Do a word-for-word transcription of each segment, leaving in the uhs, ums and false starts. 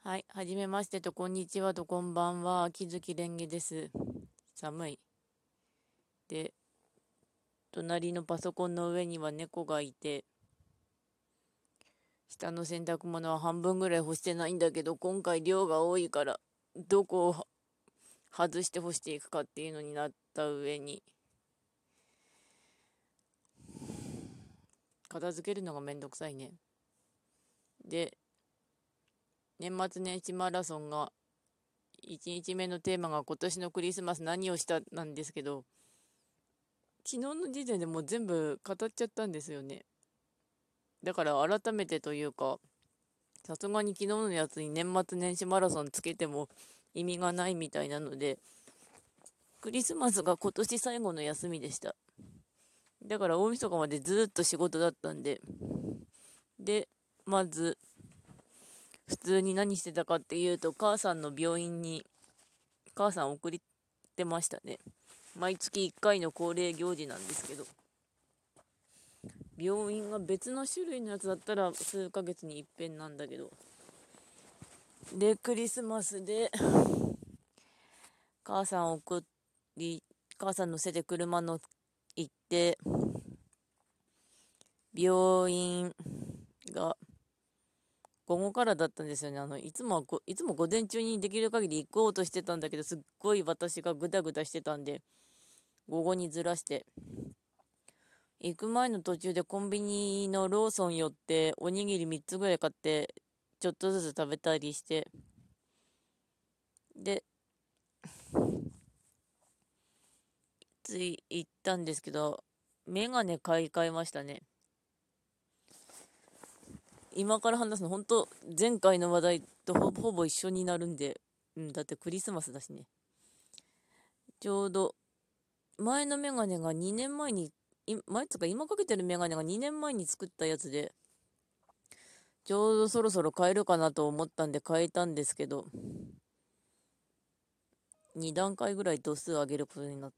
はい、はじめましてと、こんにちはと、こんばんは。秋月蓮華です。寒い。で、隣のパソコンの上には猫がいて、下の洗濯物は半分ぐらい干してないんだけど、今回量が多いから、どこを外して干していくかっていうのになった上に、片付けるのがめんどくさいね。で、年末年始マラソンが、いちにちめのテーマが今年のクリスマス何をしたなんですけど、昨日の時点でもう全部語っちゃったんですよね。だから改めてというか、さすがに昨日のやつに年末年始マラソンつけても意味がないみたいなので、クリスマスが今年最後の休みでした。だから大晦日までずーっと仕事だったんで、で、まず、普通に何してたかっていうと、母さんの病院に、母さん送ってましたね。毎月いっかいの恒例行事なんですけど、病院が別の種類のやつだったら数ヶ月に一遍なんだけど、で、クリスマスで、母さん送り、母さん乗せて車の行って、病院が午後からだったんですよね。あの、いつもはご、いつも午前中にできる限り行こうとしてたんだけど、すっごい私がぐだぐだしてたんで、午後にずらして、行く前の途中でコンビニのローソン寄って、おにぎりみっつぐらい買って、ちょっとずつ食べたりして、で、つい行ったんですけど、メガネ買い替えましたね。今から話すの、本当前回の話題とほほぼ一緒になるんで、うん、だってクリスマスだしね。ちょうど、前のメガネがにねんまえに、い前つか今かけてるメガネがにねんまえに作ったやつで、ちょうどそろそろ買えるかなと思ったんで買えたんですけど、に段階ぐらい度数上げることになった。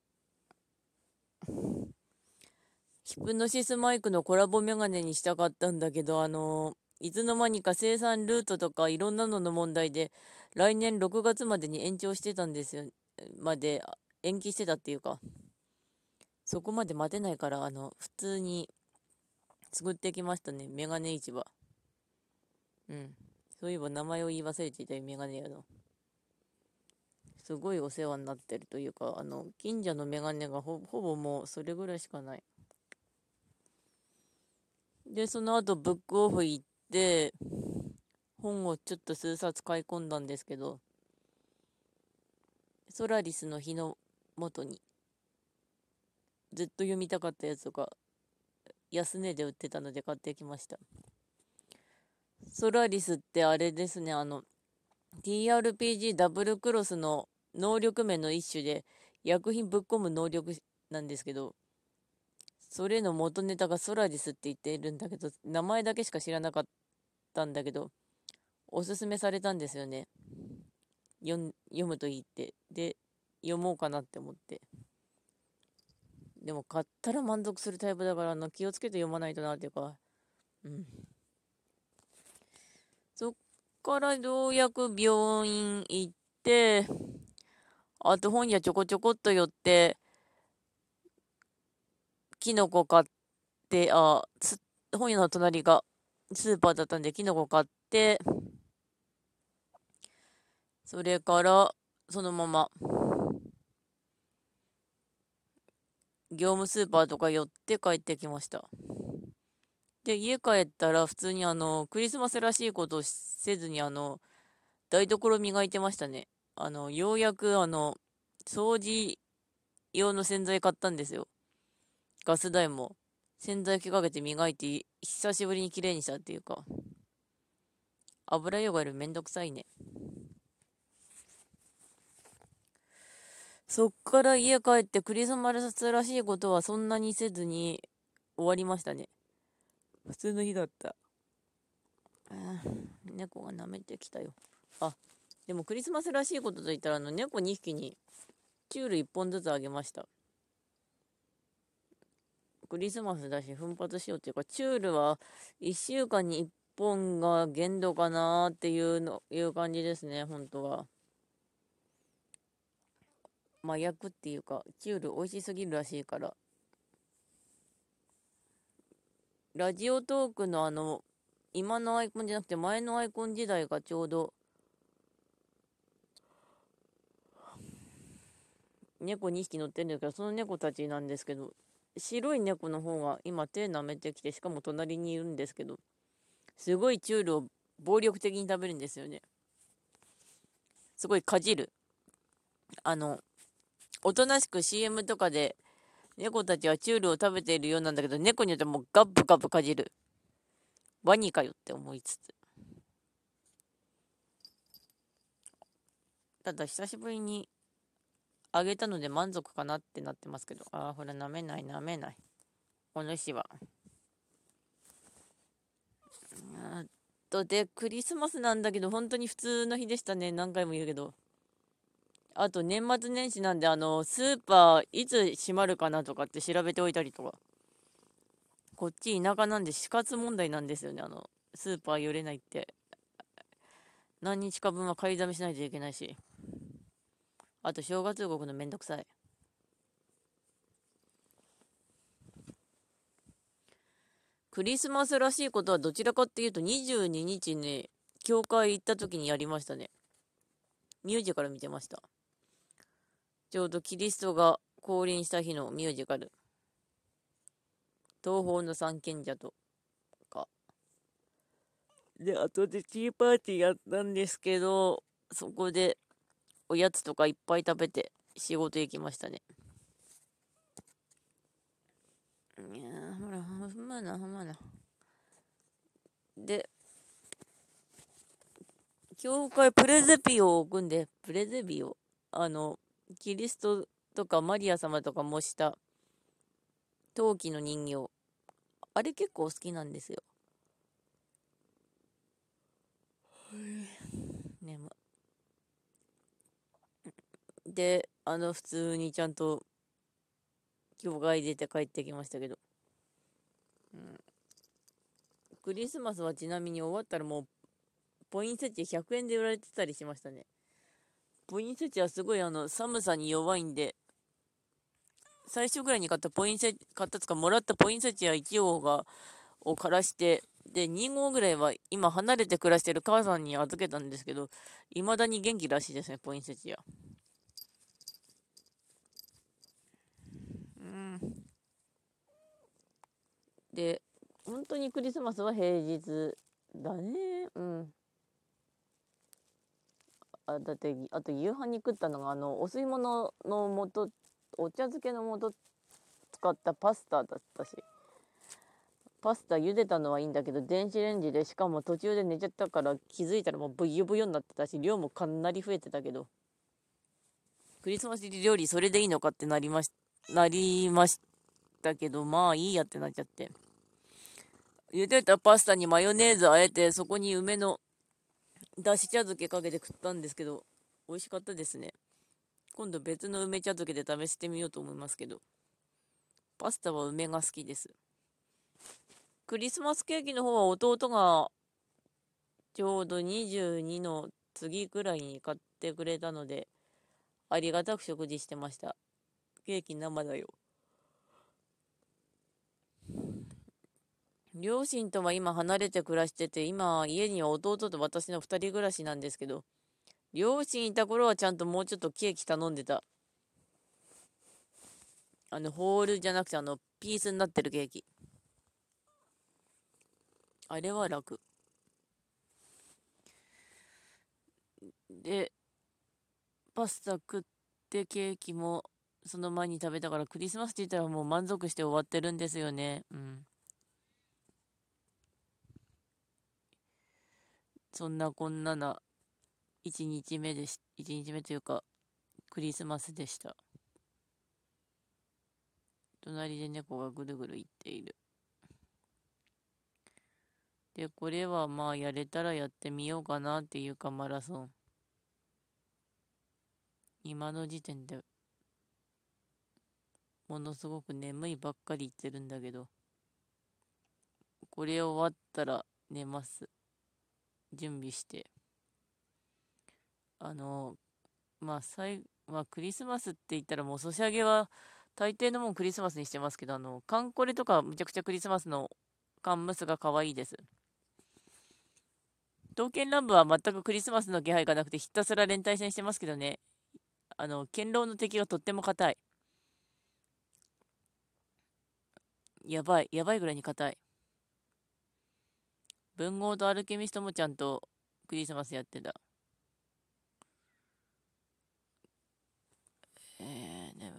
ヒプノシスマイクのコラボメガネにしたかったんだけど、あのーいつの間にか生産ルートとかいろんなのの問題で、来年ろくがつまでに延長してたんですよ。まで、延期してたっていうか、そこまで待てないから、あの、普通に作ってきましたね。メガネ市場。うん。そういえば名前を言い忘れていたよ、メガネ屋の。すごいお世話になってるというか、あの、近所のメガネがほ、ほぼもうそれぐらいしかない。で、その後ブックオフ行って、本をちょっと数冊買い込んだんですけど、ソラリスの日の元にずっと読みたかったやつとか安値で売ってたので買ってきました。ソラリスってあれですね、あの ティーアールピージー ダブルクロスの能力面の一種で薬品ぶっ込む能力なんですけど、それの元ネタがソラリスって言っているんだけど、名前だけしか知らなかったんだけど、おすすめされたんですよね。読ん読むといいって。で、読もうかなって思って。でも買ったら満足するタイプだからあの気をつけて読まないとなっていうか、うん。そっからようやく病院行って、あと本屋ちょこちょこっと寄って、キノコ買って、あ、つ本屋の隣がスーパーだったんでキノコ買って、それからそのまま業務スーパーとか寄って帰ってきました。で、家帰ったら普通にあの、クリスマスらしいことをせずにあの、台所磨いてましたね。あの、ようやくあの、掃除用の洗剤買ったんですよ。ガス台も。洗剤機かけて磨いて、久しぶりに綺麗にしたっていうか、油汚れめんどくさいね。そっから家帰ってクリスマスらしいことはそんなにせずに終わりましたね。普通の日だった。猫が舐めてきたよ。あ、でもクリスマスらしいことといったら、あの猫にひきにチュールいっぽんずつあげました。クリスマスだし奮発しようっていうか、チュールはいっしゅうかんにいっ本が限度かなーっていうの、いう感じですね、本当は。麻薬っていうか、チュール美味しすぎるらしいから。ラジオトークのあの、今のアイコンじゃなくて前のアイコン時代がちょうど猫にひき乗ってるんだけど、その猫たちなんですけど、白い猫の方が今手舐めてきて、しかも隣にいるんですけど、すごいチュールを暴力的に食べるんですよね。すごいかじる。あの、おとなしく シーエム とかで猫たちはチュールを食べているようなんだけど、猫によってはもうガブガブかじる。ワニかよって思いつつ。ただ久しぶりにあげたので満足かなってなってますけど。ああ、ほら、舐めない舐めない。お主は。あとで、クリスマスなんだけど、本当に普通の日でしたね。何回も言うけど。あと、年末年始なんで、あの、スーパー、いつ閉まるかなとかって調べておいたりとか。こっち田舎なんで死活問題なんですよね。あの、スーパー寄れないって。何日か分は買いだめしないといけないし。あと、正月動くのめんどくさい。クリスマスらしいことはどちらかっていうと、にじゅうににちに教会行った時にやりましたね。ミュージカル見てました。ちょうどキリストが降臨した日のミュージカル。東方の三賢者とか。で、後でティーパーティーやったんですけど、そこでおやつとかいっぱい食べて仕事行きましたね。いやー、ほら、ほんまな、ほんまな。で、教会プレゼピオを置くんで、プレゼビオ。あの、キリストとかマリア様とか模した陶器の人形。あれ結構好きなんですよ。ね、ま、で、あの、普通にちゃんと教会出て帰ってきましたけど。うん、クリスマスはちなみに終わったらもう、ポインセチひゃくえんで売られてたりしましたね。ポインセチはすごいあの、寒さに弱いんで、最初ぐらいに買ったポインセチ、買ったつかもらったポインセチはいち号が、を枯らして、で、に号ぐらいは今離れて暮らしてる母さんに預けたんですけど、未だに元気らしいですね、ポインセチア。うん。で、本当にクリスマスは平日だね。うん。あ、だって、あと夕飯に食ったのが、あの、お吸い物の素、お茶漬けの素使ったパスタだったし、パスタ茹でたのはいいんだけど、電子レンジで、しかも途中で寝ちゃったから気づいたらもうブヨブヨになってたし、量もかなり増えてたけど、クリスマス料理それでいいのかってなりまし、なりましたけど、まあいいやってなっちゃって。茹でたパスタにマヨネーズあえて、そこに梅のだし茶漬けかけて食ったんですけど、美味しかったですね。今度別の梅茶漬けで試してみようと思いますけど、パスタは梅が好きです。クリスマスケーキの方は弟がちょうどにじゅうにの次くらいに買ってくれたので、ありがたく食事してました。ケーキ生だよ。両親とは今離れて暮らしてて、今家には弟と私のふたり暮らしなんですけど、両親いた頃はちゃんともうちょっとケーキ頼んでた。あの、ホールじゃなくてあの、ピースになってるケーキ。あれは楽。で、パスタ食ってケーキもその前に食べたからクリスマスって言ったらもう満足して終わってるんですよね。うん。そんなこんなないちにちめでし、いちにちめというかクリスマスでした。隣で猫がぐるぐる言っている。で、これはまあやれたらやってみようかなっていうかマラソン。今の時点でものすごく眠いばっかり言ってるんだけど、これ終わったら寝ます。 準備して、あの、まあ、最、まあ、クリスマスって言ったらもうソシャゲは大抵のもんクリスマスにしてますけど、あの、カンコレとかむちゃくちゃクリスマスのカンムスが可愛いです。刀剣乱舞は全くクリスマスの気配がなくてひたすら連帯戦してますけどね。あの、堅牢の敵がとっても硬い。やばい、やばいぐらいに硬い。文豪とアルケミストもちゃんとクリスマスやってた。えーね、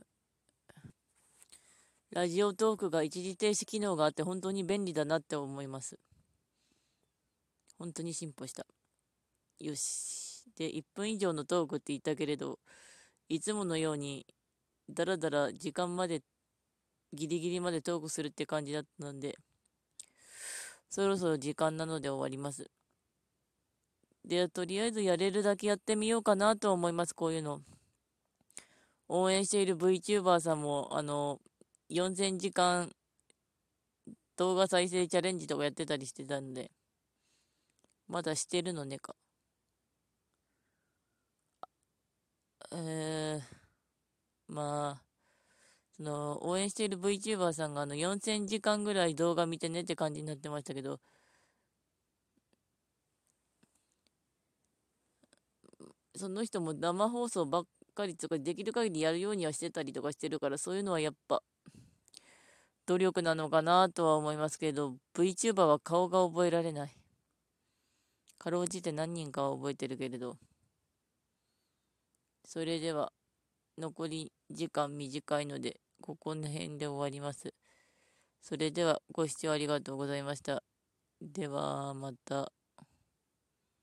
ラジオトークが一時停止機能があって本当に便利だなって思います。本当に進歩した。よし。で、いっぷん以上のトークって言ったけれど、いつものようにだらだら時間までギリギリまでトークするって感じだったんで、そろそろ時間なので終わります。で、とりあえずやれるだけやってみようかなと思います、こういうの。応援している VTuber さんも、あの、よんせんじかん動画再生チャレンジとかやってたりしてたんで、まだしてるのねか。えー、まあ、その、応援している VTuber さんがあのよんせんじかんぐらい動画見てねって感じになってましたけど、その人も生放送ばっかりとかできる限りやるようにはしてたりとかしてるから、そういうのはやっぱ努力なのかなとは思いますけど、VTuber は顔が覚えられない。かろうじて何人かは覚えてるけれど、それでは残り時間短いので、ここの辺で終わります。それではご視聴ありがとうございました。ではまた。